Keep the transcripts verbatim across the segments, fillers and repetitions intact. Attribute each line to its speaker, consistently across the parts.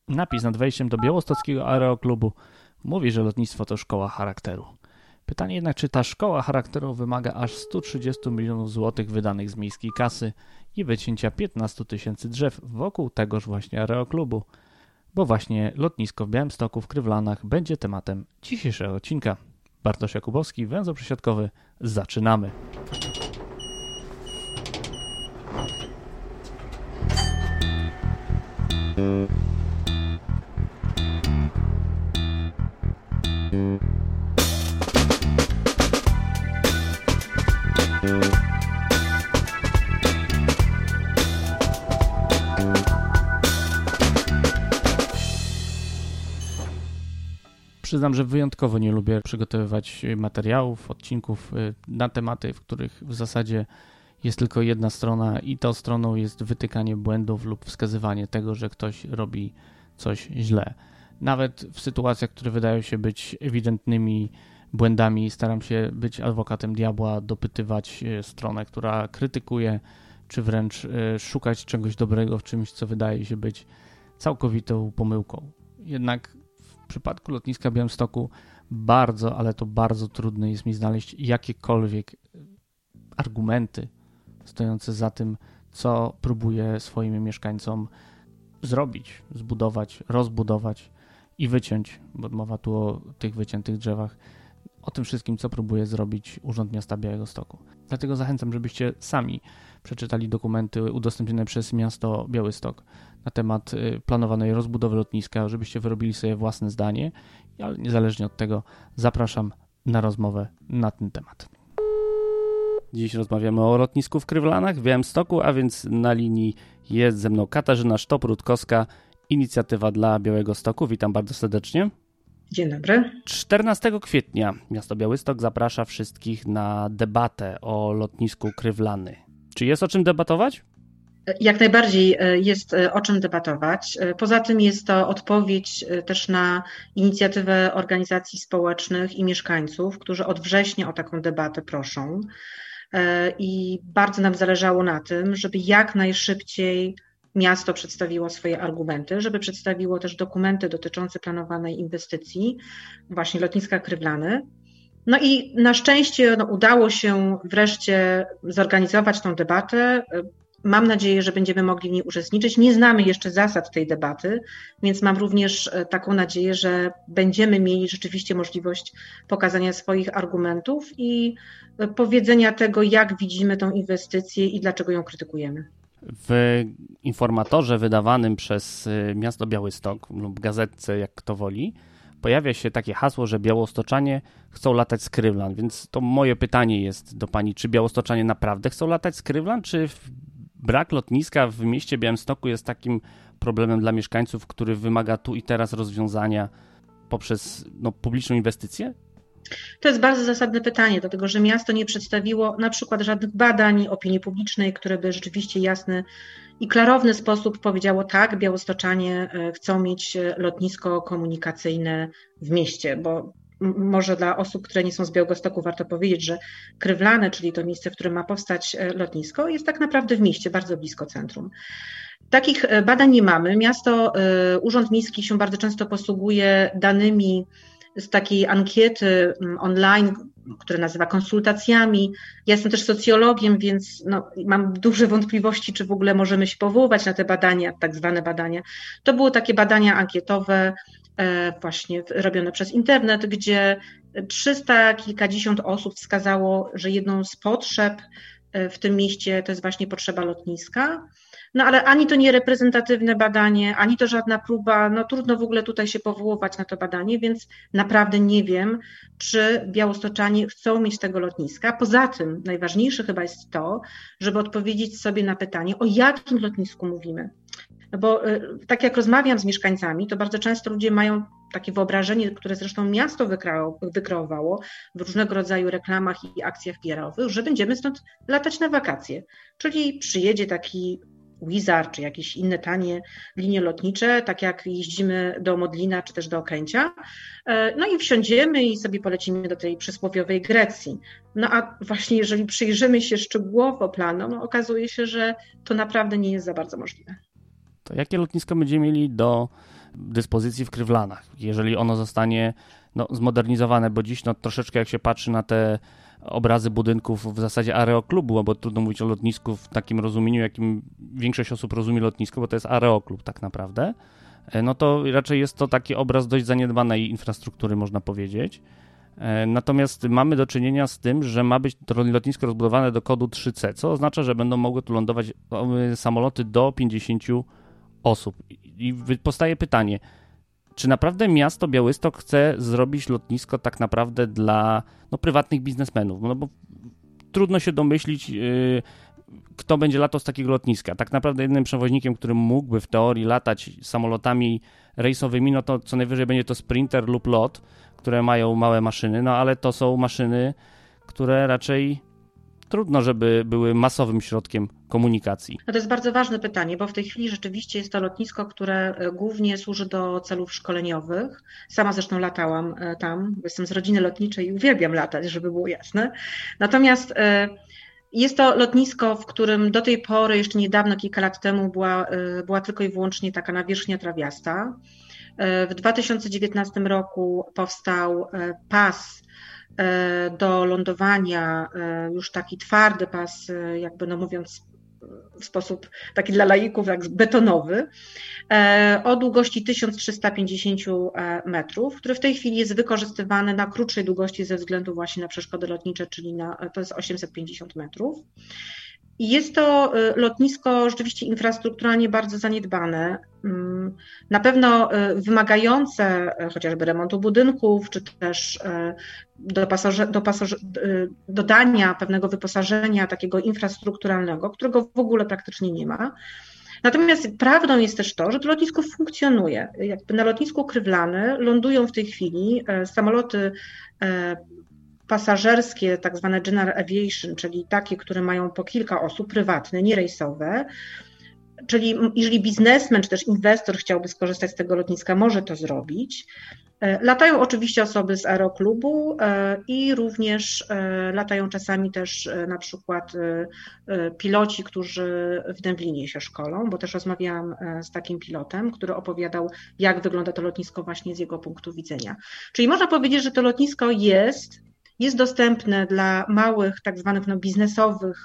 Speaker 1: Napis nad wejściem do białostockiego aeroklubu mówi, że lotnictwo to szkoła charakteru. Pytanie jednak, czy ta szkoła charakteru wymaga aż sto trzydzieści milionów złotych wydanych z miejskiej kasy i wycięcia piętnaście tysięcy drzew wokół tegoż właśnie aeroklubu. Bo właśnie lotnisko w Białymstoku w Krywlanach będzie tematem dzisiejszego odcinka. Bartosz Jakubowski, węzeł przesiadkowy. Zaczynamy! Przyznam, że wyjątkowo nie lubię przygotowywać materiałów, odcinków na tematy, w których w zasadzie jest tylko jedna strona i tą stroną jest wytykanie błędów lub wskazywanie tego, że ktoś robi coś źle. Nawet w sytuacjach, które wydają się być ewidentnymi błędami, staram się być adwokatem diabła, dopytywać stronę, która krytykuje, czy wręcz szukać czegoś dobrego w czymś, co wydaje się być całkowitą pomyłką. Jednak w przypadku lotniska w Białymstoku bardzo, ale to bardzo trudno jest mi znaleźć jakiekolwiek argumenty stojące za tym, co próbuje swoim mieszkańcom zrobić, zbudować, rozbudować i wyciąć, bo mowa tu o tych wyciętych drzewach, o tym wszystkim, co próbuje zrobić Urząd Miasta Białegostoku. Dlatego zachęcam, żebyście sami przeczytali dokumenty udostępnione przez miasto Białystok na temat planowanej rozbudowy lotniska, żebyście wyrobili sobie własne zdanie, ale niezależnie od tego zapraszam na rozmowę na ten temat. Dziś rozmawiamy o lotnisku w Krywlanach w Białymstoku, a więc na linii jest ze mną Katarzyna Sztop-Rutkowska, Inicjatywa dla Białegostoku. Witam bardzo serdecznie.
Speaker 2: Dzień dobry.
Speaker 1: czternastego kwietnia miasto Białystok zaprasza wszystkich na debatę o lotnisku Krywlany. Czy jest o czym debatować?
Speaker 2: Jak najbardziej jest o czym debatować. Poza tym jest to odpowiedź też na inicjatywę organizacji społecznych i mieszkańców, którzy od września o taką debatę proszą. I bardzo nam zależało na tym, żeby jak najszybciej miasto przedstawiło swoje argumenty, żeby przedstawiło też dokumenty dotyczące planowanej inwestycji, właśnie lotniska Krywlany. No i na szczęście no, udało się wreszcie zorganizować tą debatę. Mam nadzieję, że będziemy mogli w niej uczestniczyć. Nie znamy jeszcze zasad tej debaty, więc mam również taką nadzieję, że będziemy mieli rzeczywiście możliwość pokazania swoich argumentów i powiedzenia tego, jak widzimy tą inwestycję i dlaczego ją krytykujemy.
Speaker 1: W informatorze wydawanym przez miasto Białystok lub gazetce, jak kto woli, pojawia się takie hasło, że białostoczanie chcą latać z Krywlan, więc to moje pytanie jest do pani, czy białostoczanie naprawdę chcą latać z Krywlan, czy brak lotniska w mieście Białymstoku jest takim problemem dla mieszkańców, który wymaga tu i teraz rozwiązania poprzez no, publiczną inwestycję?
Speaker 2: To jest bardzo zasadne pytanie, dlatego że miasto nie przedstawiło na przykład żadnych badań opinii publicznej, które by rzeczywiście jasny i klarowny sposób powiedziało tak, białostoczanie chcą mieć lotnisko komunikacyjne w mieście, bo może dla osób, które nie są z Białegostoku warto powiedzieć, że Krywlany, czyli to miejsce, w którym ma powstać lotnisko, jest tak naprawdę w mieście, bardzo blisko centrum. Takich badań nie mamy. Miasto, Urząd Miejski się bardzo często posługuje danymi z takiej ankiety online, która nazywa konsultacjami. Ja jestem też socjologiem, więc no, mam duże wątpliwości, czy w ogóle możemy się powoływać na te badania, tak zwane badania. To były takie badania ankietowe, właśnie robione przez internet, gdzie trzysta kilkadziesiąt osób wskazało, że jedną z potrzeb w tym mieście to jest właśnie potrzeba lotniska. No ale ani to nie reprezentatywne badanie, ani to żadna próba, no trudno w ogóle tutaj się powoływać na to badanie, więc naprawdę nie wiem, czy białostoczanie chcą mieć tego lotniska. Poza tym najważniejsze chyba jest to, żeby odpowiedzieć sobie na pytanie, o jakim lotnisku mówimy. No bo tak jak rozmawiam z mieszkańcami, to bardzo często ludzie mają takie wyobrażenie, które zresztą miasto wykreowało w różnego rodzaju reklamach i akcjach P R owych, że będziemy stąd latać na wakacje. Czyli przyjedzie taki Wizz Air czy jakieś inne tanie linie lotnicze, tak jak jeździmy do Modlina czy też do Okęcia, no i wsiądziemy i sobie polecimy do tej przysłowiowej Grecji. No a właśnie jeżeli przyjrzymy się szczegółowo planom, no okazuje się, że to naprawdę nie jest za bardzo możliwe.
Speaker 1: To jakie lotnisko będziemy mieli do dyspozycji w Krywlanach. Jeżeli ono zostanie no, zmodernizowane, bo dziś no, troszeczkę jak się patrzy na te obrazy budynków w zasadzie aeroklubu, bo trudno mówić o lotnisku w takim rozumieniu, jakim większość osób rozumie lotnisko, bo to jest aeroklub tak naprawdę, no to raczej jest to taki obraz dość zaniedbanej infrastruktury, można powiedzieć. Natomiast mamy do czynienia z tym, że ma być to lotnisko rozbudowane do kodu trzy C, co oznacza, że będą mogły tu lądować samoloty do pięćdziesięciu osób. I powstaje pytanie, czy naprawdę miasto Białystok chce zrobić lotnisko tak naprawdę dla no, prywatnych biznesmenów? No bo trudno się domyślić, yy, kto będzie latał z takiego lotniska. Tak naprawdę jedynym przewoźnikiem, który mógłby w teorii latać samolotami rejsowymi, no to co najwyżej będzie to Sprinter lub LOT, które mają małe maszyny, no ale to są maszyny, które raczej trudno, żeby były masowym środkiem komunikacji.
Speaker 2: No to jest bardzo ważne pytanie, bo w tej chwili rzeczywiście jest to lotnisko, które głównie służy do celów szkoleniowych. Sama zresztą latałam tam, bo jestem z rodziny lotniczej i uwielbiam latać, żeby było jasne. Natomiast jest to lotnisko, w którym do tej pory, jeszcze niedawno, kilka lat temu, była, była tylko i wyłącznie taka nawierzchnia trawiasta. W dwa tysiące dziewiętnastym roku powstał pas do lądowania, już taki twardy pas, jakby no mówiąc w sposób taki dla laików, jak betonowy, o długości tysiąc trzysta pięćdziesiąt metrów, który w tej chwili jest wykorzystywany na krótszej długości ze względu właśnie na przeszkody lotnicze, czyli na, to jest osiemset pięćdziesiąt metrów. I jest to lotnisko rzeczywiście infrastrukturalnie bardzo zaniedbane, na pewno wymagające chociażby remontu budynków, czy też dopasaże, dopasaże, dodania pewnego wyposażenia takiego infrastrukturalnego, którego w ogóle praktycznie nie ma. Natomiast prawdą jest też to, że to lotnisko funkcjonuje. Jakby na lotnisku Krywlany lądują w tej chwili samoloty pasażerskie, tak zwane general aviation, czyli takie, które mają po kilka osób, prywatne, nierejsowe. Czyli jeżeli biznesmen czy też inwestor chciałby skorzystać z tego lotniska, może to zrobić. Latają oczywiście osoby z aeroklubu i również latają czasami też na przykład piloci, którzy w Dęblinie się szkolą, bo też rozmawiałam z takim pilotem, który opowiadał, jak wygląda to lotnisko właśnie z jego punktu widzenia. Czyli można powiedzieć, że to lotnisko jest, jest dostępne dla małych, tak zwanych no, biznesowych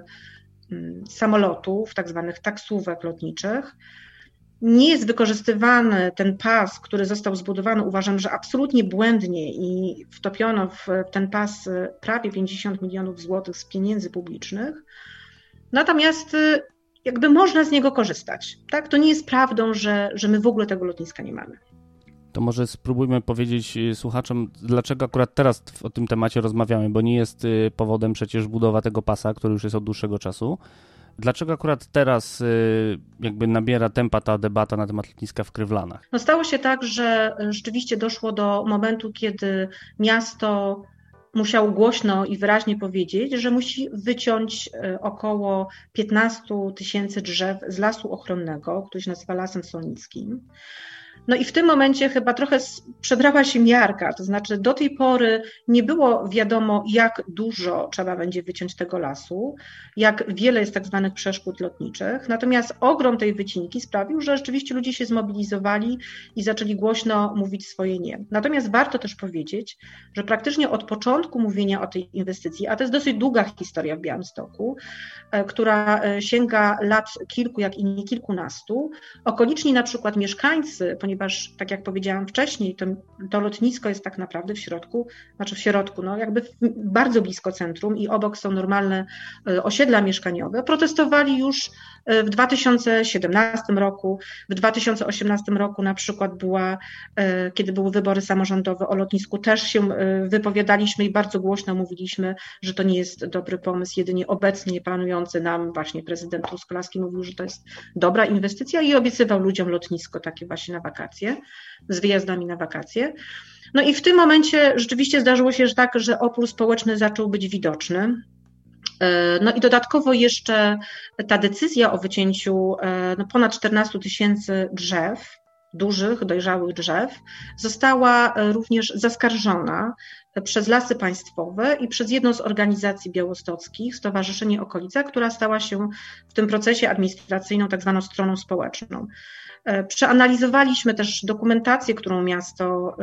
Speaker 2: samolotów, tak zwanych taksówek lotniczych. Nie jest wykorzystywany ten pas, który został zbudowany, uważam, że absolutnie błędnie i wtopiono w ten pas prawie pięćdziesiąt milionów złotych z pieniędzy publicznych. Natomiast jakby można z niego korzystać. Tak? To nie jest prawdą, że, że my w ogóle tego lotniska nie mamy.
Speaker 1: To może spróbujmy powiedzieć słuchaczom, dlaczego akurat teraz o tym temacie rozmawiamy, bo nie jest powodem przecież budowa tego pasa, który już jest od dłuższego czasu. Dlaczego akurat teraz jakby nabiera tempa ta debata na temat lotniska w Krywlanach?
Speaker 2: No stało się tak, że rzeczywiście doszło do momentu, kiedy miasto musiało głośno i wyraźnie powiedzieć, że musi wyciąć około piętnaście tysięcy drzew z lasu ochronnego, który się nazywa Lasem Solnickim. No i w tym momencie chyba trochę przedrała się miarka, to znaczy do tej pory nie było wiadomo, jak dużo trzeba będzie wyciąć tego lasu, jak wiele jest tak zwanych przeszkód lotniczych, natomiast ogrom tej wycinki sprawił, że rzeczywiście ludzie się zmobilizowali i zaczęli głośno mówić swoje nie. Natomiast warto też powiedzieć, że praktycznie od początku mówienia o tej inwestycji, a to jest dosyć długa historia w Białymstoku, która sięga lat kilku, jak i nie kilkunastu, okoliczni na przykład mieszkańcy, ponieważ tak jak powiedziałam wcześniej, to, to lotnisko jest tak naprawdę w środku, znaczy w środku, no jakby w, bardzo blisko centrum i obok są normalne osiedla mieszkaniowe, protestowali już w dwa tysiące siedemnastym roku, w dwa tysiące osiemnastym roku na przykład była, kiedy były wybory samorządowe o lotnisku, też się wypowiadaliśmy i bardzo głośno mówiliśmy, że to nie jest dobry pomysł, jedynie obecnie panujący nam właśnie prezydent Truskolaski mówił, że to jest dobra inwestycja i obiecywał ludziom lotnisko takie właśnie na wakacje, z wyjazdami na wakacje. No i w tym momencie rzeczywiście zdarzyło się, że tak, że opór społeczny zaczął być widoczny. No i dodatkowo jeszcze ta decyzja o wycięciu no ponad czternastu tysięcy drzew dużych, dojrzałych drzew została również zaskarżona przez Lasy Państwowe i przez jedną z organizacji białostockich, Stowarzyszenie Okolica, która stała się w tym procesie administracyjną tak zwaną stroną społeczną. Przeanalizowaliśmy też dokumentację, którą miasto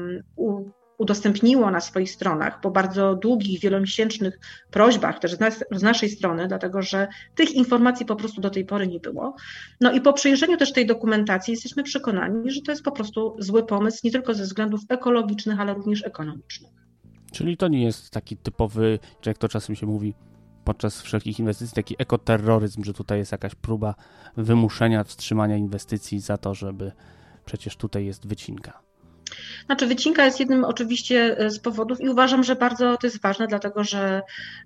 Speaker 2: um, udostępniło na swoich stronach po bardzo długich, wielomiesięcznych prośbach też z, nas, z naszej strony, dlatego że tych informacji po prostu do tej pory nie było. No i po przejrzeniu też tej dokumentacji jesteśmy przekonani, że to jest po prostu zły pomysł, nie tylko ze względów ekologicznych, ale również ekonomicznych.
Speaker 1: Czyli to nie jest taki typowy, jak to czasem się mówi podczas wszelkich inwestycji, taki ekoterroryzm, że tutaj jest jakaś próba wymuszenia, wstrzymania inwestycji za to, żeby przecież tutaj jest wycinka.
Speaker 2: Znaczy wycinka jest jednym oczywiście z powodów i uważam, że bardzo to jest ważne, dlatego że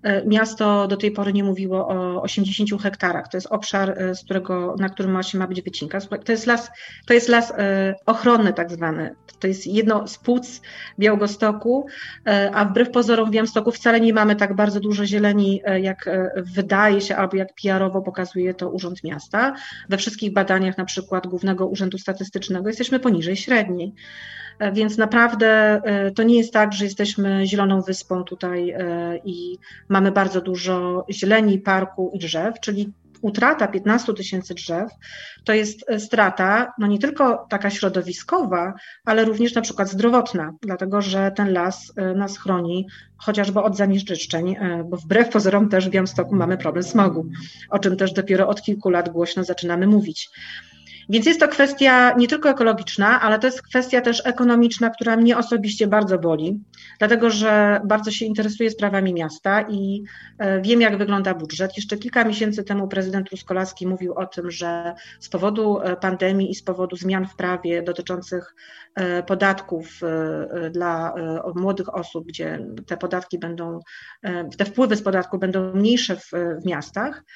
Speaker 2: miasto do tej pory nie mówiło o osiemdziesięciu hektarach. To jest obszar, z którego, na którym właśnie ma być wycinka. To jest las, to jest las ochronny tak zwany. To jest jedno z płuc Białegostoku, a wbrew pozorom w Białymstoku wcale nie mamy tak bardzo dużo zieleni, jak wydaje się, albo jak P R owo pokazuje to Urząd Miasta. We wszystkich badaniach na przykład Głównego Urzędu Statystycznego jesteśmy poniżej średniej. Więc naprawdę to nie jest tak, że jesteśmy zieloną wyspą tutaj i mamy bardzo dużo zieleni, parku i drzew, czyli utrata piętnastu tysięcy drzew to jest strata no nie tylko taka środowiskowa, ale również na przykład zdrowotna, dlatego że ten las nas chroni chociażby od zanieczyszczeń, bo wbrew pozorom też w Białymstoku mamy problem smogu, o czym też dopiero od kilku lat głośno zaczynamy mówić. Więc jest to kwestia nie tylko ekologiczna, ale to jest kwestia też ekonomiczna, która mnie osobiście bardzo boli, dlatego że bardzo się interesuję sprawami miasta i wiem, jak wygląda budżet. Jeszcze kilka miesięcy temu prezydent Truskolaski mówił o tym, że z powodu pandemii i z powodu zmian w prawie dotyczących podatków dla młodych osób, gdzie te podatki będą, te wpływy z podatku będą mniejsze w, w miastach,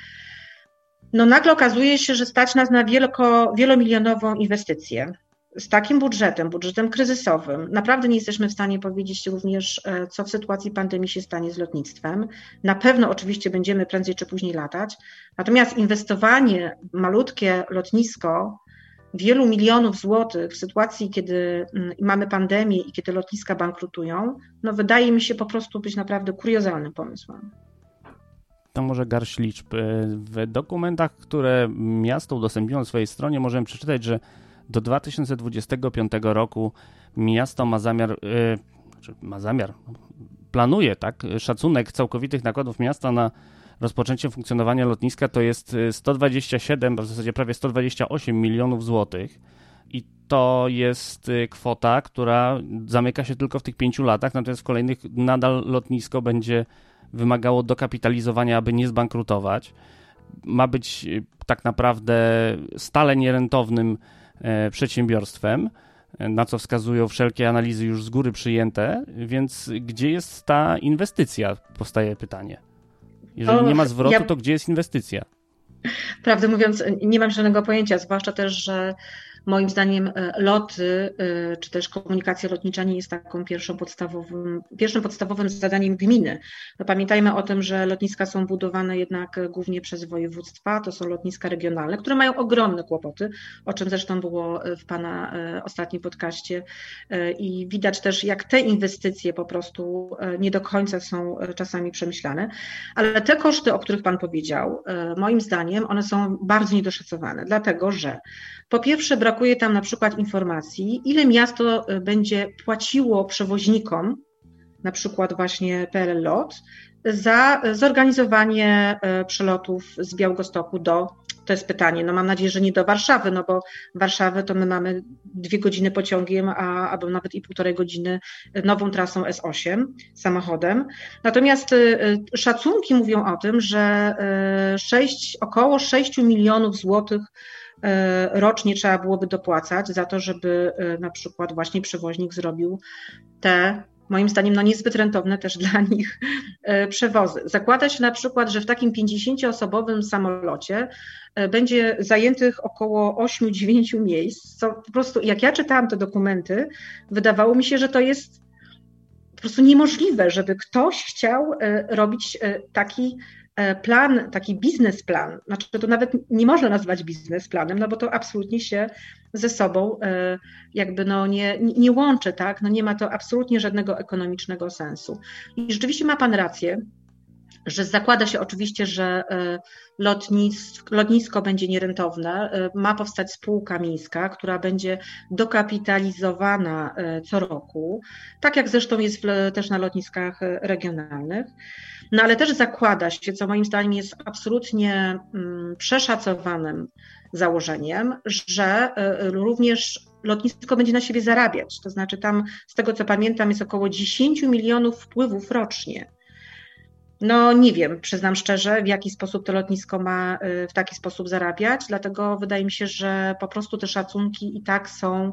Speaker 2: no nagle okazuje się, że stać nas na wielko, wielomilionową inwestycję. Z takim budżetem, budżetem kryzysowym, naprawdę nie jesteśmy w stanie powiedzieć również, co w sytuacji pandemii się stanie z lotnictwem. Na pewno oczywiście będziemy prędzej czy później latać, natomiast inwestowanie w malutkie lotnisko wielu milionów złotych w sytuacji, kiedy mamy pandemię i kiedy lotniska bankrutują, no wydaje mi się po prostu być naprawdę kuriozalnym pomysłem.
Speaker 1: To może garść liczb. W dokumentach, które miasto udostępniło na swojej stronie, możemy przeczytać, że do dwa tysiące dwudziestego piątego roku miasto ma zamiar, yy, znaczy ma zamiar, planuje, tak, szacunek całkowitych nakładów miasta na rozpoczęcie funkcjonowania lotniska to jest sto dwadzieścia siedem, w zasadzie prawie sto dwadzieścia osiem milionów złotych. I to jest kwota, która zamyka się tylko w tych pięciu latach, natomiast w kolejnych nadal lotnisko będzie wymagało dokapitalizowania, aby nie zbankrutować. Ma być tak naprawdę stale nierentownym przedsiębiorstwem, na co wskazują wszelkie analizy już z góry przyjęte, więc gdzie jest ta inwestycja? Powstaje pytanie. Jeżeli nie ma zwrotu, ja... to gdzie jest inwestycja?
Speaker 2: Prawdę mówiąc, nie mam żadnego pojęcia, zwłaszcza też, że moim zdaniem loty, czy też komunikacja lotnicza nie jest taką pierwszą podstawowym, pierwszym podstawowym zadaniem gminy. No pamiętajmy o tym, że lotniska są budowane jednak głównie przez województwa, to są lotniska regionalne, które mają ogromne kłopoty, o czym zresztą było w Pana ostatnim podcaście i widać też, jak te inwestycje po prostu nie do końca są czasami przemyślane, ale te koszty, o których Pan powiedział, moim zdaniem one są bardzo niedoszacowane, dlatego że po pierwsze brakuje tam na przykład informacji, ile miasto będzie płaciło przewoźnikom, na przykład właśnie P L L Lot, za zorganizowanie przelotów z Białegostoku do, to jest pytanie, no mam nadzieję, że nie do Warszawy, no bo Warszawy to my mamy dwie godziny pociągiem, a, albo nawet i półtorej godziny nową trasą S osiem samochodem. Natomiast szacunki mówią o tym, że sześć, około sześć milionów złotych rocznie trzeba byłoby dopłacać za to, żeby na przykład właśnie przewoźnik zrobił te, moim zdaniem, no niezbyt rentowne też dla nich przewozy. Zakłada się na przykład, że w takim pięćdziesięcioosobowym samolocie będzie zajętych około osiem dziewięć miejsc, co po prostu, jak ja czytałam te dokumenty, wydawało mi się, że to jest po prostu niemożliwe, żeby ktoś chciał robić taki plan, taki biznesplan, znaczy to nawet nie można nazwać biznesplanem, no bo to absolutnie się ze sobą jakby no nie, nie łączy, tak? No nie ma to absolutnie żadnego ekonomicznego sensu. I rzeczywiście ma pan rację, że zakłada się oczywiście, że lotnisko, lotnisko będzie nierentowne, ma powstać spółka miejska, która będzie dokapitalizowana co roku, tak jak zresztą jest w, też na lotniskach regionalnych. No ale też zakłada się, co moim zdaniem jest absolutnie przeszacowanym założeniem, że również lotnisko będzie na siebie zarabiać. To znaczy tam, z tego co pamiętam, jest około dziesięć milionów wpływów rocznie. No nie wiem, przyznam szczerze, w jaki sposób to lotnisko ma w taki sposób zarabiać, dlatego wydaje mi się, że po prostu te szacunki i tak są,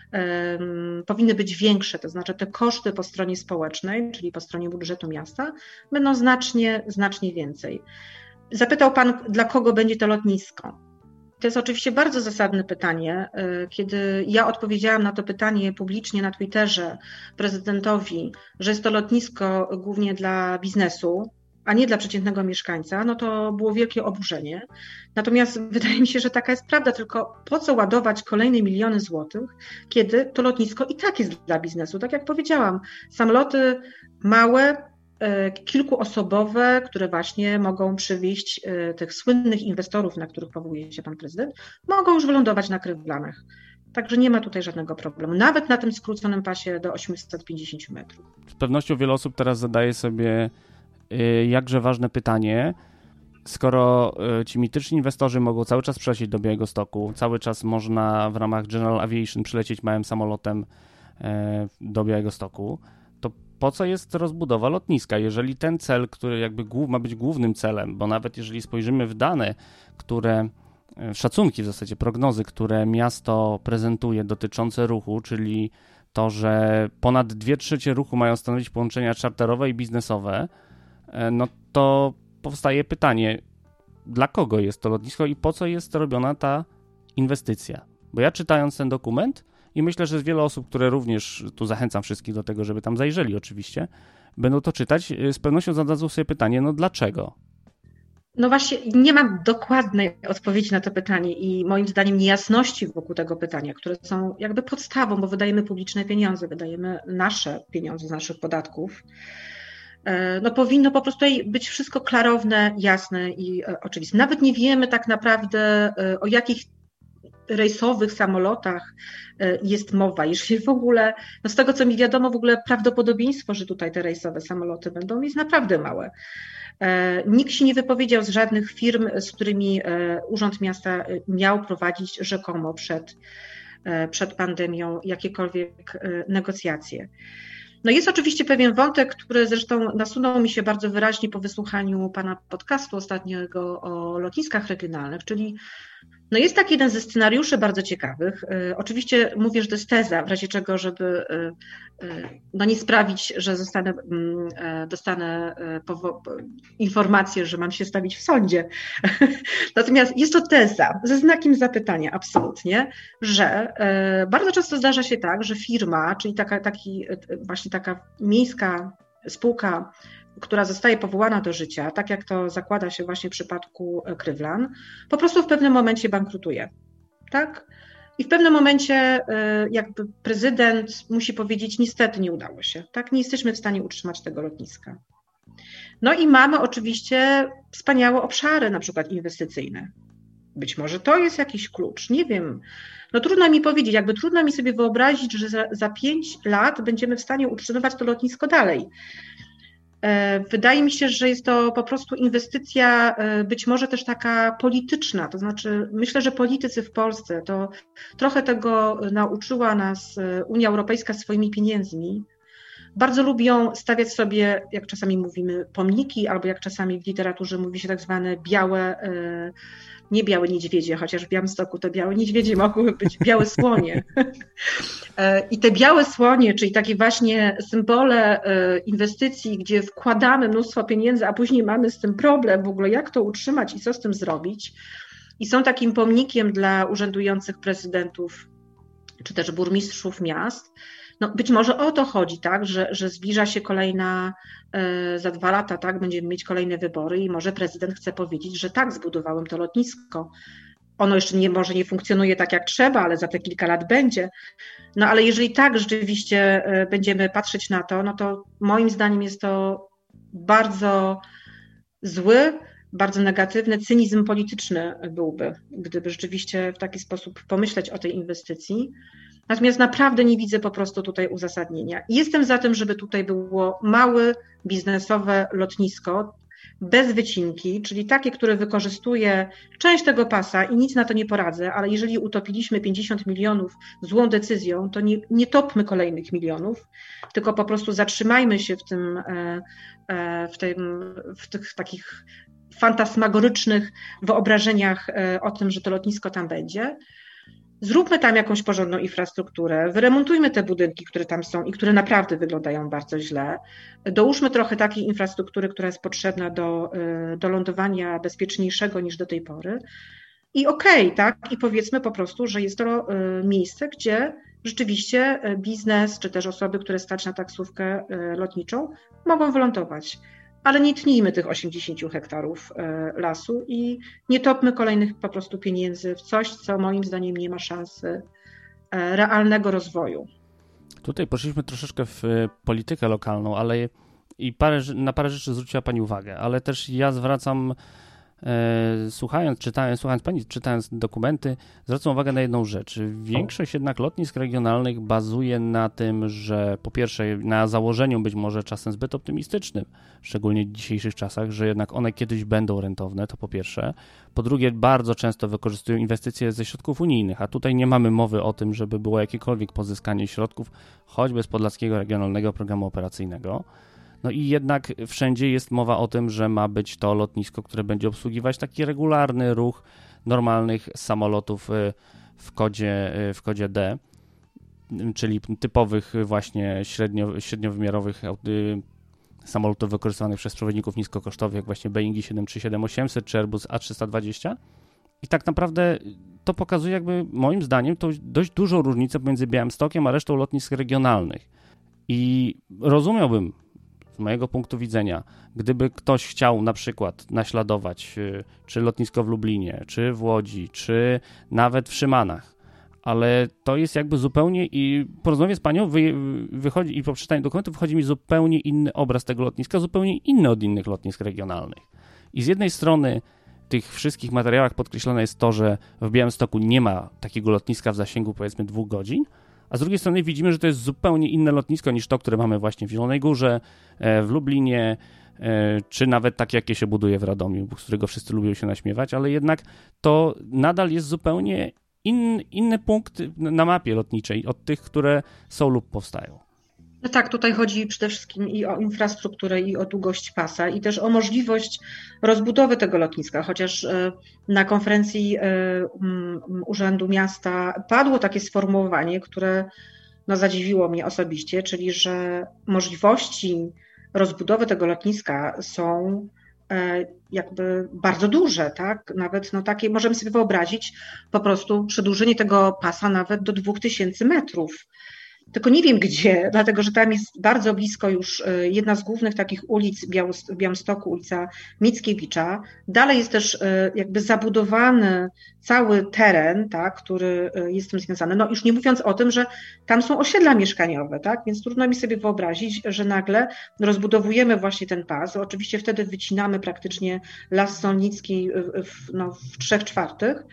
Speaker 2: um, powinny być większe, to znaczy te koszty po stronie społecznej, czyli po stronie budżetu miasta, będą znacznie, znacznie więcej. Zapytał pan, dla kogo będzie to lotnisko? To jest oczywiście bardzo zasadne pytanie. Kiedy ja odpowiedziałam na to pytanie publicznie na Twitterze prezydentowi, że jest to lotnisko głównie dla biznesu, a nie dla przeciętnego mieszkańca, no to było wielkie oburzenie. Natomiast wydaje mi się, że taka jest prawda, tylko po co ładować kolejne miliony złotych, kiedy to lotnisko i tak jest dla biznesu. Tak jak powiedziałam, samoloty małe, kilkuosobowe, które właśnie mogą przywieźć tych słynnych inwestorów, na których powołuje się pan prezydent, mogą już wylądować na Krywlanach. Także nie ma tutaj żadnego problemu, nawet na tym skróconym pasie do osiemset pięćdziesiąt metrów.
Speaker 1: Z pewnością wiele osób teraz zadaje sobie jakże ważne pytanie, skoro ci mityczni inwestorzy mogą cały czas przylecieć do Białegostoku, cały czas można w ramach General Aviation przylecieć małym samolotem do Białegostoku, to po co jest rozbudowa lotniska, jeżeli ten cel, który jakby ma być głównym celem, bo nawet jeżeli spojrzymy w dane, które, szacunki w zasadzie, prognozy, które miasto prezentuje dotyczące ruchu, czyli to, że ponad dwie trzecie ruchu mają stanowić połączenia czarterowe i biznesowe, no to powstaje pytanie, dla kogo jest to lotnisko i po co jest robiona ta inwestycja? Bo ja czytając ten dokument i myślę, że wiele osób, które również, tu zachęcam wszystkich do tego, żeby tam zajrzeli oczywiście, będą to czytać, z pewnością zadadzą sobie pytanie, no dlaczego?
Speaker 2: No właśnie, nie mam dokładnej odpowiedzi na to pytanie i moim zdaniem niejasności wokół tego pytania, które są jakby podstawą, bo wydajemy publiczne pieniądze, wydajemy nasze pieniądze z naszych podatków. No powinno po prostu być wszystko klarowne, jasne i oczywiste. Nawet nie wiemy tak naprawdę, o jakich rejsowych samolotach jest mowa, jeżeli w ogóle, no z tego co mi wiadomo, w ogóle prawdopodobieństwo, że tutaj te rejsowe samoloty będą, jest naprawdę małe. Nikt się nie wypowiedział z żadnych firm, z którymi Urząd Miasta miał prowadzić rzekomo przed, przed pandemią jakiekolwiek negocjacje. No jest oczywiście pewien wątek, który zresztą nasunął mi się bardzo wyraźnie po wysłuchaniu pana podcastu ostatniego o lotniskach regionalnych, czyli no jest taki jeden ze scenariuszy bardzo ciekawych. Oczywiście mówię, że to jest teza, w razie czego, żeby no nie sprawić, że zostanę, dostanę informację, że mam się stawić w sądzie. Natomiast jest to teza ze znakiem zapytania absolutnie, że bardzo często zdarza się tak, że firma, czyli taka, taki, właśnie taka miejska spółka, która zostaje powołana do życia, tak jak to zakłada się właśnie w przypadku Krywlan, po prostu w pewnym momencie bankrutuje, tak? I w pewnym momencie jakby prezydent musi powiedzieć, niestety nie udało się, tak? Nie jesteśmy w stanie utrzymać tego lotniska. No i mamy oczywiście wspaniałe obszary, na przykład inwestycyjne. Być może to jest jakiś klucz, nie wiem. No trudno mi powiedzieć, jakby trudno mi sobie wyobrazić, że za, za pięć lat będziemy w stanie utrzymywać to lotnisko dalej. Wydaje mi się, że jest to po prostu inwestycja być może też taka polityczna, to znaczy myślę, że politycy w Polsce, to trochę tego nauczyła nas Unia Europejska swoimi pieniędzmi, bardzo lubią stawiać sobie, jak czasami mówimy, pomniki, albo jak czasami w literaturze mówi się tak zwane białe, nie białe niedźwiedzie, chociaż w Białymstoku to białe niedźwiedzie mogły być białe słonie. I te białe słonie, czyli takie właśnie symbole inwestycji, gdzie wkładamy mnóstwo pieniędzy, a później mamy z tym problem w ogóle, jak to utrzymać i co z tym zrobić. I są takim pomnikiem dla urzędujących prezydentów czy też burmistrzów miast. No być może o to chodzi, tak, że, że zbliża się kolejna, za dwa lata, tak, będziemy mieć kolejne wybory i może prezydent chce powiedzieć, że tak, zbudowałem to lotnisko. Ono jeszcze nie, może nie funkcjonuje tak jak trzeba, ale za te kilka lat będzie. No ale jeżeli tak rzeczywiście będziemy patrzeć na to, no to moim zdaniem jest to bardzo zły, bardzo negatywny cynizm polityczny byłby, gdyby rzeczywiście w taki sposób pomyśleć o tej inwestycji. Natomiast naprawdę nie widzę po prostu tutaj uzasadnienia. Jestem za tym, żeby tutaj było małe, biznesowe lotnisko, bez wycinki, czyli takie, które wykorzystuje część tego pasa i nic na to nie poradzę, ale jeżeli utopiliśmy pięćdziesiąt milionów złą decyzją, to nie, nie topmy kolejnych milionów, tylko po prostu zatrzymajmy się w tym, w tym, w tych takich fantasmagorycznych wyobrażeniach o tym, że to lotnisko tam będzie. Zróbmy tam jakąś porządną infrastrukturę, wyremontujmy te budynki, które tam są i które naprawdę wyglądają bardzo źle. Dołóżmy trochę takiej infrastruktury, która jest potrzebna do, do lądowania bezpieczniejszego niż do tej pory. I okej, okay, tak? I powiedzmy po prostu, że jest to miejsce, gdzie rzeczywiście biznes, czy też osoby, które stać na taksówkę lotniczą, mogą wylądować. Ale nie tnijmy tych osiemdziesiąt hektarów lasu i nie topmy kolejnych po prostu pieniędzy w coś, co moim zdaniem nie ma szansy realnego rozwoju.
Speaker 1: Tutaj poszliśmy troszeczkę w politykę lokalną, ale i parę, na parę rzeczy zwróciła Pani uwagę, ale też ja zwracam, e, słuchając, czytając, słuchając Pani, czytając dokumenty, zwracam uwagę na jedną rzecz. Większość jednak lotnisk regionalnych bazuje na tym, że po pierwsze na założeniu być może czasem zbyt optymistycznym, szczególnie w dzisiejszych czasach, że jednak one kiedyś będą rentowne, to po pierwsze. Po drugie, bardzo często wykorzystują inwestycje ze środków unijnych, a tutaj nie mamy mowy o tym, żeby było jakiekolwiek pozyskanie środków, choćby z Podlaskiego Regionalnego Programu Operacyjnego. No i jednak wszędzie jest mowa o tym, że ma być to lotnisko, które będzie obsługiwać taki regularny ruch normalnych samolotów w kodzie, w kodzie D, czyli typowych właśnie średnio, średniowymiarowych samolotów wykorzystywanych przez przewoźników niskokosztowych, jak właśnie Boeingi siedem trzy siedem osiemset czy Airbus A trzysta dwadzieścia. I tak naprawdę to pokazuje jakby moim zdaniem to dość dużą różnicę pomiędzy Białymstokiem a resztą lotnisk regionalnych. I rozumiałbym z mojego punktu widzenia, gdyby ktoś chciał na przykład naśladować czy lotnisko w Lublinie, czy w Łodzi, czy nawet w Szymanach, ale to jest jakby zupełnie i po rozmowie z Panią wy, wychodzi i po przeczytaniu dokumentów wychodzi mi zupełnie inny obraz tego lotniska, zupełnie inny od innych lotnisk regionalnych. I z jednej strony w tych wszystkich materiałach podkreślone jest to, że w Białymstoku nie ma takiego lotniska w zasięgu powiedzmy dwóch godzin, a z drugiej strony widzimy, że to jest zupełnie inne lotnisko niż to, które mamy właśnie w Zielonej Górze, w Lublinie, czy nawet takie, jakie się buduje w Radomiu, z którego wszyscy lubią się naśmiewać, ale jednak to nadal jest zupełnie in, inny punkt na mapie lotniczej od tych, które są lub powstają.
Speaker 2: No tak, tutaj chodzi przede wszystkim i o infrastrukturę, i o długość pasa, i też o możliwość rozbudowy tego lotniska, chociaż na konferencji Urzędu Miasta padło takie sformułowanie, które no, zadziwiło mnie osobiście, czyli że możliwości rozbudowy tego lotniska są jakby bardzo duże, tak? Nawet no takie możemy sobie wyobrazić po prostu przedłużenie tego pasa nawet do dwóch tysięcy metrów. Tylko nie wiem gdzie, dlatego że tam jest bardzo blisko już jedna z głównych takich ulic w Białymstoku, ulica Mickiewicza. Dalej jest też jakby zabudowany cały teren, tak, który jest z tym związany. No już nie mówiąc o tym, że tam są osiedla mieszkaniowe, tak, więc trudno mi sobie wyobrazić, że nagle rozbudowujemy właśnie ten pas. Oczywiście wtedy wycinamy praktycznie Las Solnicki w, no, w trzech czwartych.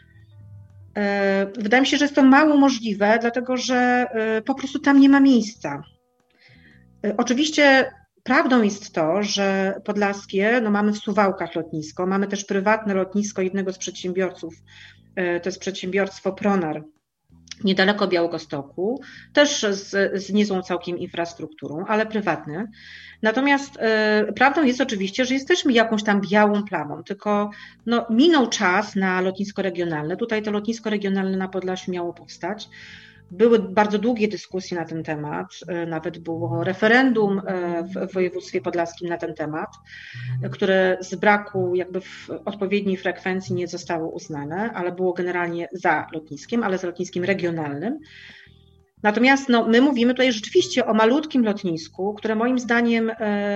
Speaker 2: Wydaje mi się, że jest to mało możliwe, dlatego że po prostu tam nie ma miejsca. Oczywiście prawdą jest to, że podlaskie, no mamy w Suwałkach lotnisko, mamy też prywatne lotnisko jednego z przedsiębiorców, to jest przedsiębiorstwo Pronar, niedaleko Białegostoku, też z, z niezłą całkiem infrastrukturą, ale prywatny. Natomiast y, prawdą jest oczywiście, że jesteśmy jakąś tam białą plamą, tylko no, minął czas na lotnisko regionalne. Tutaj to lotnisko regionalne na Podlasiu miało powstać. Były bardzo długie dyskusje na ten temat, nawet było referendum w województwie podlaskim na ten temat, które z braku jakby w odpowiedniej frekwencji nie zostało uznane, ale było generalnie za lotniskiem, ale za lotniskiem regionalnym. Natomiast no, my mówimy tutaj rzeczywiście o malutkim lotnisku, które moim zdaniem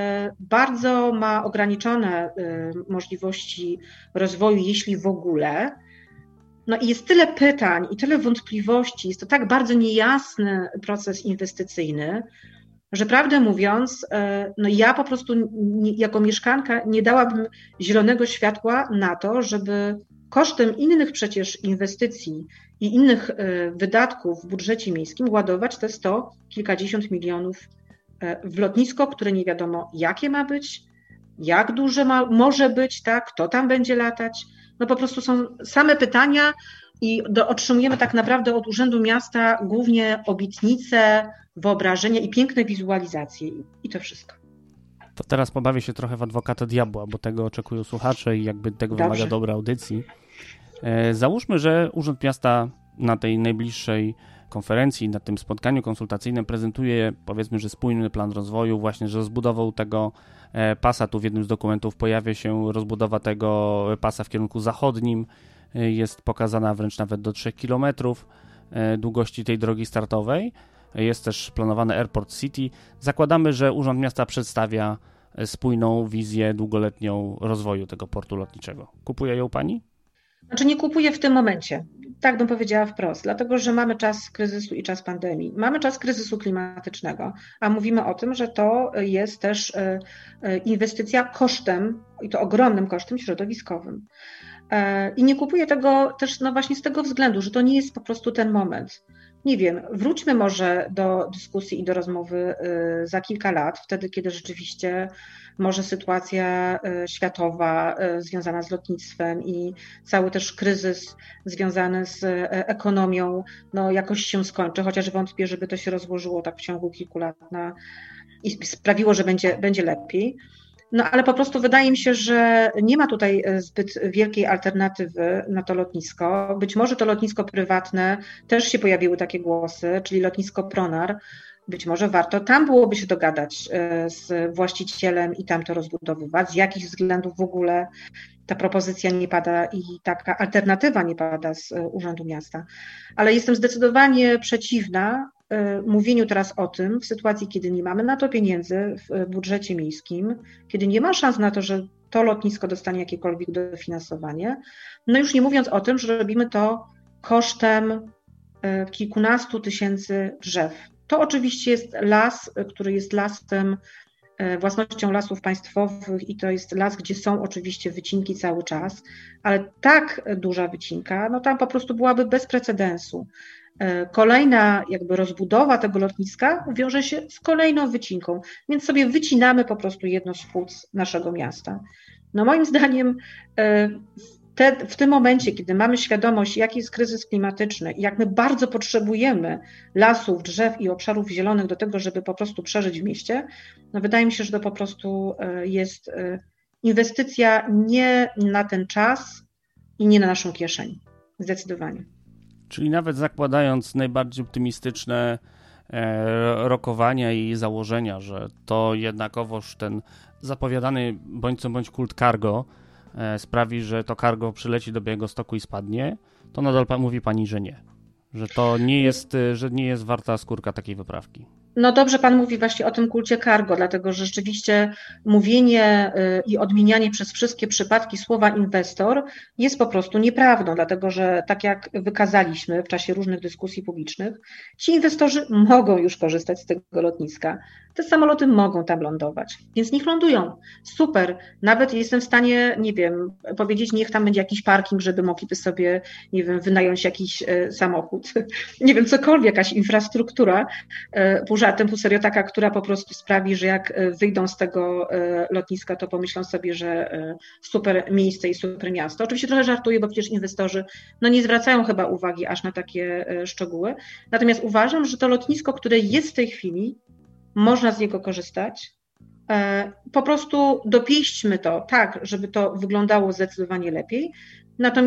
Speaker 2: bardzo ma ograniczone możliwości rozwoju, jeśli w ogóle. No i jest tyle pytań i tyle wątpliwości, jest to tak bardzo niejasny proces inwestycyjny, że prawdę mówiąc, no ja po prostu jako mieszkanka nie dałabym zielonego światła na to, żeby kosztem innych przecież inwestycji i innych wydatków w budżecie miejskim ładować te sto kilkadziesiąt milionów w lotnisko, które nie wiadomo jakie ma być, jak duże ma, może być, tak, kto tam będzie latać. No po prostu są same pytania i do, otrzymujemy tak naprawdę od Urzędu Miasta głównie obietnice, wyobrażenia i piękne wizualizacje i to wszystko.
Speaker 1: To teraz pobawię się trochę w adwokata diabła, bo tego oczekują słuchacze i jakby tego
Speaker 2: Dobrze.
Speaker 1: wymaga dobra audycji. E, załóżmy, że Urząd Miasta na tej najbliższej konferencji, na tym spotkaniu konsultacyjnym prezentuje, powiedzmy, że spójny plan rozwoju, właśnie, że rozbudował tego pasa, tu w jednym z dokumentów pojawia się rozbudowa tego pasa w kierunku zachodnim, jest pokazana wręcz nawet do trzech kilometrów długości tej drogi startowej, jest też planowane Airport City. Zakładamy, że Urząd Miasta przedstawia spójną wizję długoletnią rozwoju tego portu lotniczego. Kupuje ją pani?
Speaker 2: Znaczy nie kupuję w tym momencie, tak bym powiedziała wprost, dlatego że mamy czas kryzysu i czas pandemii. Mamy czas kryzysu klimatycznego, a mówimy o tym, że to jest też inwestycja kosztem, i to ogromnym kosztem środowiskowym. I nie kupuję tego też no właśnie z tego względu, że to nie jest po prostu ten moment. Nie wiem, wróćmy może do dyskusji i do rozmowy za kilka lat, wtedy kiedy rzeczywiście może sytuacja światowa związana z lotnictwem i cały też kryzys związany z ekonomią no jakoś się skończy, chociaż wątpię, żeby to się rozłożyło tak w ciągu kilku lat na, i sprawiło, że będzie, będzie lepiej. No ale po prostu wydaje mi się, że nie ma tutaj zbyt wielkiej alternatywy na to lotnisko. Być może to lotnisko prywatne, też się pojawiły takie głosy, czyli lotnisko Pronar. Być może warto tam byłoby się dogadać z właścicielem i tam to rozbudowywać. Z jakich względów w ogóle ta propozycja nie pada i taka alternatywa nie pada z Urzędu Miasta. Ale jestem zdecydowanie przeciwna mówieniu teraz o tym w sytuacji, kiedy nie mamy na to pieniędzy w budżecie miejskim, kiedy nie ma szans na to, że to lotnisko dostanie jakiekolwiek dofinansowanie. No już nie mówiąc o tym, że robimy to kosztem kilkunastu tysięcy drzew. To oczywiście jest las, który jest lasem, własnością Lasów Państwowych i to jest las, gdzie są oczywiście wycinki cały czas, ale tak duża wycinka, no tam po prostu byłaby bez precedensu. Kolejna jakby rozbudowa tego lotniska wiąże się z kolejną wycinką, więc sobie wycinamy po prostu jedno z płuc naszego miasta. No moim zdaniem te, w tym momencie, kiedy mamy świadomość, jaki jest kryzys klimatyczny i jak my bardzo potrzebujemy lasów, drzew i obszarów zielonych do tego, żeby po prostu przeżyć w mieście, no wydaje mi się, że to po prostu jest inwestycja nie na ten czas i nie na naszą kieszeń. Zdecydowanie.
Speaker 1: Czyli nawet zakładając najbardziej optymistyczne e, rokowania i założenia, że to jednakowoż ten zapowiadany bądź co bądź kult cargo e, sprawi, że to cargo przyleci do Białegostoku i spadnie, to nadal pa, mówi pani, że nie. Że to nie jest, że nie jest warta skórka takiej wyprawki.
Speaker 2: No dobrze pan mówi właśnie o tym kulcie cargo, dlatego że rzeczywiście mówienie i odmienianie przez wszystkie przypadki słowa inwestor jest po prostu nieprawdą, dlatego że tak jak wykazaliśmy w czasie różnych dyskusji publicznych, ci inwestorzy mogą już korzystać z tego lotniska. Te samoloty mogą tam lądować, więc niech lądują. Super. Nawet jestem w stanie, nie wiem, powiedzieć, niech tam będzie jakiś parking, żeby mogliby sobie, nie wiem, wynająć jakiś samochód. Nie wiem, cokolwiek, jakaś infrastruktura, pół żartem, pół serio taka, która po prostu sprawi, że jak wyjdą z tego lotniska, to pomyślą sobie, że super miejsce i super miasto. Oczywiście trochę żartuję, bo przecież inwestorzy no nie zwracają chyba uwagi aż na takie szczegóły. Natomiast uważam, że to lotnisko, które jest w tej chwili, można z niego korzystać. Po prostu dopieśćmy to tak, żeby to wyglądało zdecydowanie lepiej. Natomiast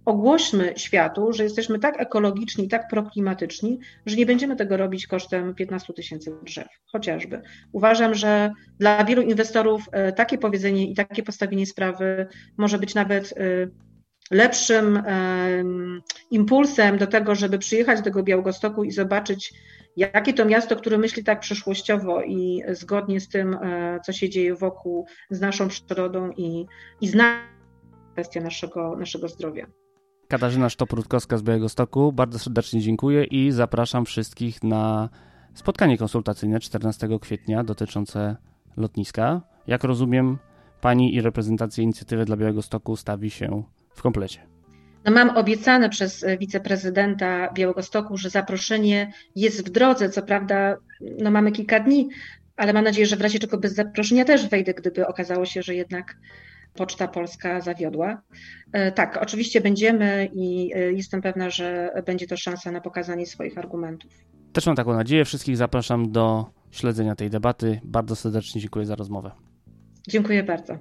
Speaker 2: ogłośmy światu, że jesteśmy tak ekologiczni i tak proklimatyczni, że nie będziemy tego robić kosztem piętnastu tysięcy drzew, chociażby. Uważam, że dla wielu inwestorów takie powiedzenie i takie postawienie sprawy może być nawet lepszym impulsem do tego, żeby przyjechać do tego Białegostoku i zobaczyć, jakie to miasto, które myśli tak przyszłościowo i zgodnie z tym, co się dzieje wokół, z naszą przyrodą i, i zna kwestię naszego, naszego zdrowia.
Speaker 1: Katarzyna Sztop-Rutkowska z Białegostoku, bardzo serdecznie dziękuję i zapraszam wszystkich na spotkanie konsultacyjne czternastego kwietnia dotyczące lotniska. Jak rozumiem, pani i reprezentacja Inicjatywy dla Białegostoku stawi się w komplecie.
Speaker 2: No mam obiecane przez wiceprezydenta Białegostoku, że zaproszenie jest w drodze. Co prawda no mamy kilka dni, ale mam nadzieję, że w razie czego bez zaproszenia też wejdę, gdyby okazało się, że jednak Poczta Polska zawiodła. Tak, oczywiście będziemy i jestem pewna, że będzie to szansa na pokazanie swoich argumentów.
Speaker 1: Też mam taką nadzieję. Wszystkich zapraszam do śledzenia tej debaty. Bardzo serdecznie dziękuję za rozmowę.
Speaker 2: Dziękuję bardzo.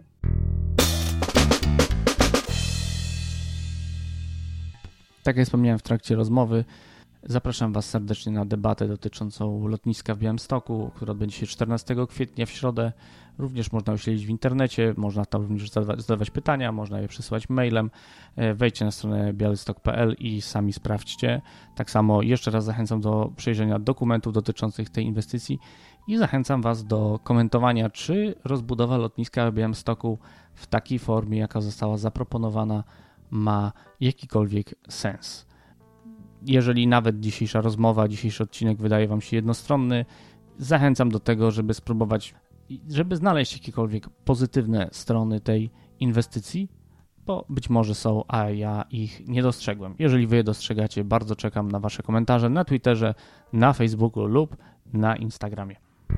Speaker 1: Tak jak wspomniałem w trakcie rozmowy, zapraszam Was serdecznie na debatę dotyczącą lotniska w Białymstoku, która odbędzie się czternastego kwietnia w środę. Również można uśledzić w internecie, można tam również zadawać pytania, można je przesyłać mailem. Wejdźcie na stronę białystok kropka p l i sami sprawdźcie. Tak samo jeszcze raz zachęcam do przejrzenia dokumentów dotyczących tej inwestycji i zachęcam Was do komentowania, czy rozbudowa lotniska w Białymstoku w takiej formie, jaka została zaproponowana, ma jakikolwiek sens. Jeżeli nawet dzisiejsza rozmowa, dzisiejszy odcinek wydaje Wam się jednostronny, zachęcam do tego, żeby spróbować, żeby znaleźć jakiekolwiek pozytywne strony tej inwestycji, bo być może są, a ja ich nie dostrzegłem. Jeżeli Wy je dostrzegacie, bardzo czekam na Wasze komentarze na Twitterze, na Facebooku lub na Instagramie.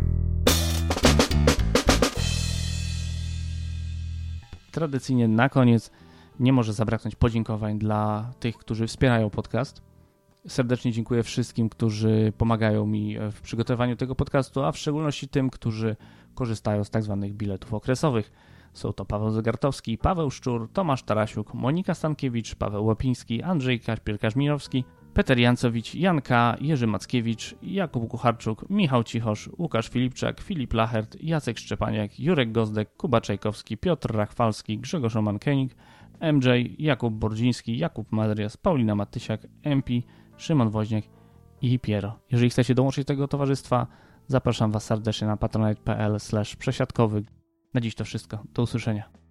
Speaker 1: Tradycyjnie na koniec nie może zabraknąć podziękowań dla tych, którzy wspierają podcast. Serdecznie dziękuję wszystkim, którzy pomagają mi w przygotowaniu tego podcastu, a w szczególności tym, którzy korzystają z tak zwanych biletów okresowych. Są to Paweł Zegartowski, Paweł Szczur, Tomasz Tarasiuk, Monika Stankiewicz, Paweł Łapiński, Andrzej Kaśpiel-Kaźmirowski, Peter Jancowicz, Janka, Jerzy Mackiewicz, Jakub Kucharczuk, Michał Cichosz, Łukasz Filipczak, Filip Lachert, Jacek Szczepaniak, Jurek Gozdek, Kuba Czajkowski, Piotr Rachwalski, Grzegorz Roman-Kenig, M J, Jakub Bordziński, Jakub Madrias, Paulina Matysiak, M P, Szymon Woźniak i Piero. Jeżeli chcecie dołączyć do tego towarzystwa, zapraszam Was serdecznie na patronite kropka p l slash przesiadkowy. Na dziś to wszystko. Do usłyszenia.